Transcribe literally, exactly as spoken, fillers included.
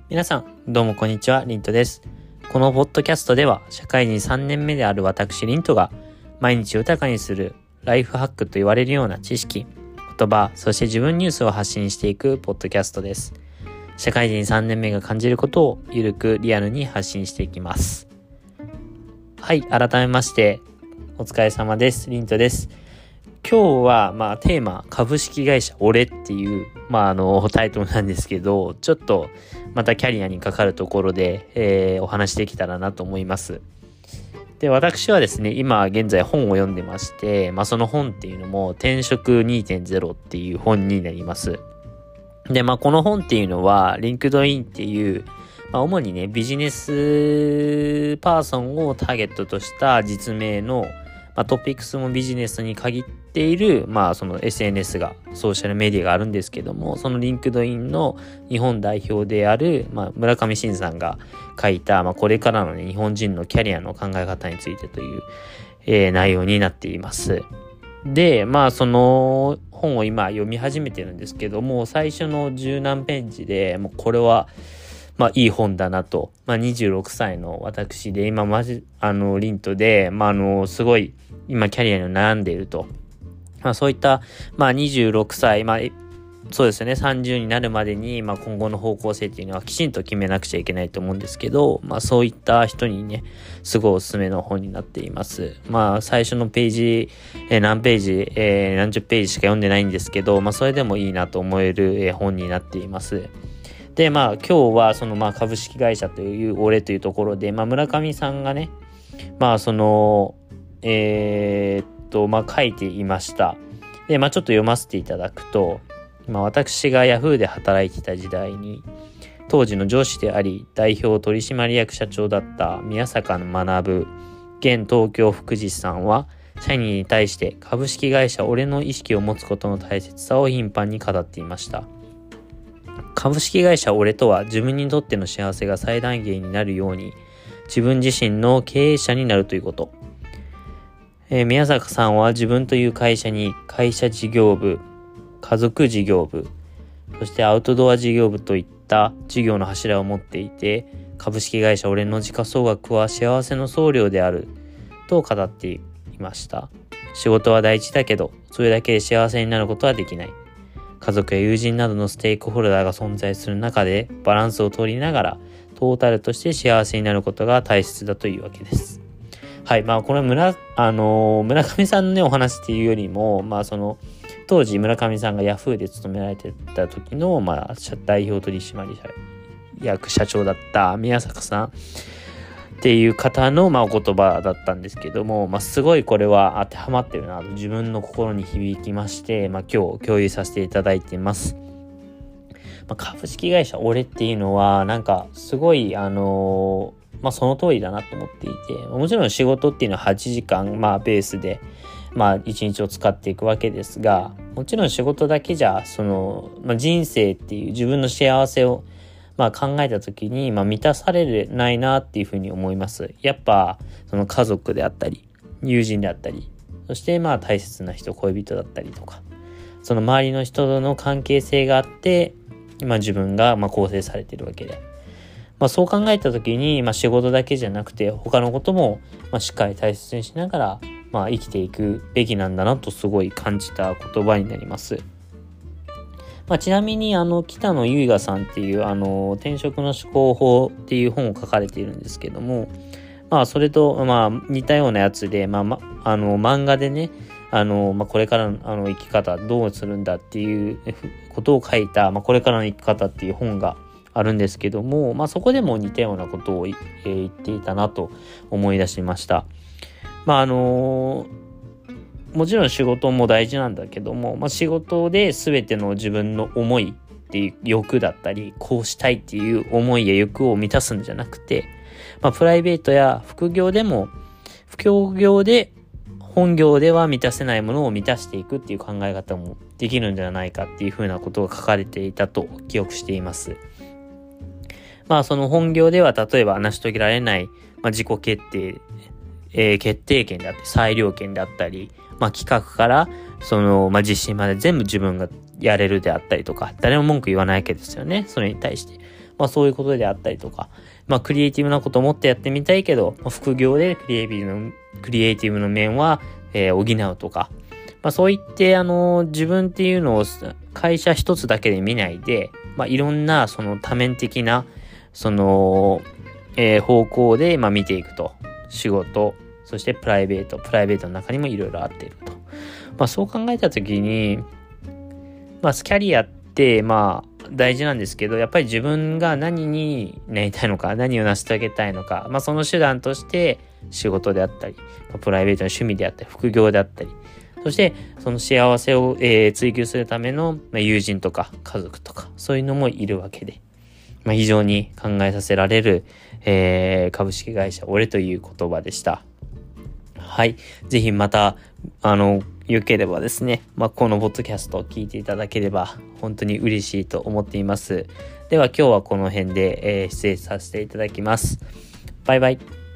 皆さんどうもこんにちは、リントです。このポッドキャストでは社会人さんねんめである私リントが毎日豊かにするライフハックと言われるような知識、言葉、そして自分ニュースを発信していくポッドキャストです。社会人さんねんめが感じることをゆるくリアルに発信していきます。はい、改めましてお疲れ様です。リントです。今日はまあテーマ株式会社俺っていうまああのタイトルなんですけど、ちょっとまたキャリアにかかるところで、えー、お話できたらなと思います。で、私はですね、今現在本を読んでまして、まあその本っていうのも転職 にてんゼロ っていう本になります。で、まあこの本っていうのはリンクドインっていう、まあ主にねビジネスパーソンをターゲットとした実名のまあ、トピックスもビジネスに限っている、まあ、その エスエヌエス が、ソーシャルメディアがあるんですけども、そのリンクドインの日本代表である、まあ、村上信さんが書いた、まあ、これからのね、日本人のキャリアの考え方についてという、えー、内容になっています。で、まあ、その本を今読み始めてるんですけども、最初の十何ページで、もうこれは、まあいい本だなと。まあにじゅうろくさいの私で、今マジ、あの、リントで、まああの、すごい、今キャリアに悩んでいると。まあそういった、まあにじゅうろくさい、まあそうですよね、さんじゅうになるまでに、まあ今後の方向性っていうのはきちんと決めなくちゃいけないと思うんですけど、まあそういった人にね、すごいおすすめの本になっています。まあ最初のページ、えー、何ページ、えー、何十ページしか読んでないんですけど、まあそれでもいいなと思える、えー、本になっています。で、まあ今日はそのまあ株式会社という俺というところで、まあ村上さんがね、まあその、えー、っと、まあ書いていました。で、まあちょっと読ませていただくと、まあ私がヤフーで働いていた時代に、当時の上司であり、代表取締役社長だった宮坂学、現東京福祉さんは、社員に対して株式会社俺の意識を持つことの大切さを頻繁に語っていました。株式会社俺とは自分にとっての幸せが最大限になるように自分自身の経営者になるということ、えー、宮坂さんは自分という会社に会社事業部、家族事業部、そしてアウトドア事業部といった事業の柱を持っていて、株式会社俺の時価総額は幸せの総量であると語っていました。仕事は大事だけどそれだけで幸せになることはできない。家族や友人などのステークホルダーが存在する中でバランスを取りながらトータルとして幸せになることが大切だというわけです。はい、まあこれは村、あのー、村上さんのねお話っていうよりも、まあその当時村上さんがヤフーで勤められてた時の、まあ代表取締役社長だった宮坂さんっていう方のまあお言葉だったんですけども、まあすごいこれは当てはまってるなと自分の心に響きまして、まあ今日共有させていただいています。まあ、株式会社俺っていうのはなんかすごいあのー、まあその通りだなと思っていて、もちろん仕事っていうのははちじかんまあベースでまあいちにちを使っていくわけですが、もちろん仕事だけじゃその、まあ、人生っていう自分の幸せをまあ考えたときに、まあ満たされないなっていうふうに思います。やっぱ、その家族であったり、友人であったり、そしてまあ大切な人、恋人だったりとか、その周りの人との関係性があって、まあ自分がまあ構成されているわけで。まあそう考えたときに、まあ仕事だけじゃなくて、他のこともまあしっかり大切にしながら、まあ生きていくべきなんだなとすごい感じた言葉になります。まあ、ちなみにあの北野由賀さんっていうあの転職の思考法っていう本を書かれているんですけども、まあそれとまあ似たようなやつで、まあ、まあの漫画でね、あのまあこれからのあの生き方どうするんだっていうことを書いた、まあこれからの生き方っていう本があるんですけども、まあそこでも似たようなことを言っていたなと思い出しました。まああのもちろん仕事も大事なんだけども、まあ、仕事で全ての自分の思いっていう欲だったり、こうしたいっていう思いや欲を満たすんじゃなくて、まあ、プライベートや副業でも、副業で本業では満たせないものを満たしていくっていう考え方もできるんじゃないかっていうふうなことが書かれていたと記憶しています。まあその本業では例えば成し遂げられない、まあ、自己決定、えー、決定権であったり、裁量権であったり、まあ企画からそのまあ実施まで全部自分がやれるであったりとか、誰も文句言わないわけですよね。それに対して、 まあそういうことであったりとか、まあクリエイティブなことをもっとやってみたいけど、まあ、副業でクリエイティブの、クリエイティブの面は、えー、補うとか、まあそう言って、あの、自分っていうのを会社一つだけで見ないで、まあいろんなその多面的な、その、えー、方向で、まあ見ていくと。仕事、そしてプライベート、プライベートの中にもいろいろあっていると。まあそう考えたときに、まあキャリアって、まあ大事なんですけど、やっぱり自分が何になりたいのか、何を成し遂げたいのか、まあその手段として仕事であったり、まあ、プライベートの趣味であったり、副業であったり、そしてその幸せを、えー、追求するための、まあ、友人とか家族とか、そういうのもいるわけで、まあ、非常に考えさせられる、えー、株式会社俺という言葉でした。はい。ぜひまた、あの、よければですね、まあ、このポッドキャストを聞いていただければ本当に嬉しいと思っています。では今日はこの辺で、えー、失礼させていただきます。バイバイ。